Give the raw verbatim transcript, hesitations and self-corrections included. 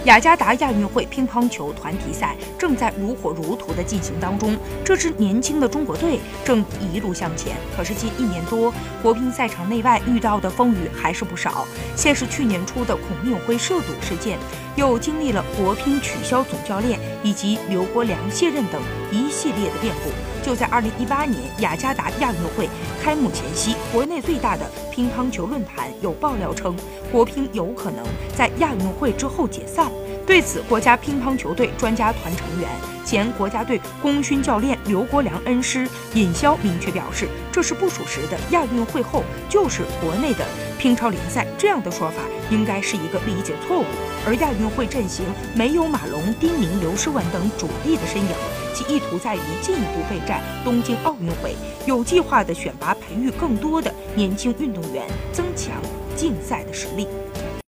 雅加达亚运会乒乓球团体赛正在如火如荼地进行当中，这支年轻的中国队正一路向前。可是近一年多，国乒赛场内外遇到的风雨还是不少。先是去年初的孔令辉涉赌事件，又经历了国乒取消总教练以及刘国梁卸任等一系列的变故。就在二零一八年雅加达亚运会开幕前夕，国内最大的乒乓球论坛有爆料称，国乒有可能在亚运会之后解散。对此，国家乒乓球队专家团成员、前国家队功勋教练刘国梁恩师尹霄明确表示，这是不属实的。亚运会后就是国内的乒超联赛，这样的说法应该是一个理解错误。而亚运会阵型没有马龙、丁宁、刘诗雯等主力的身影，其意图在于进一步备战东京奥运会，有计划的选拔培育更多的年轻运动员，增强竞赛的实力。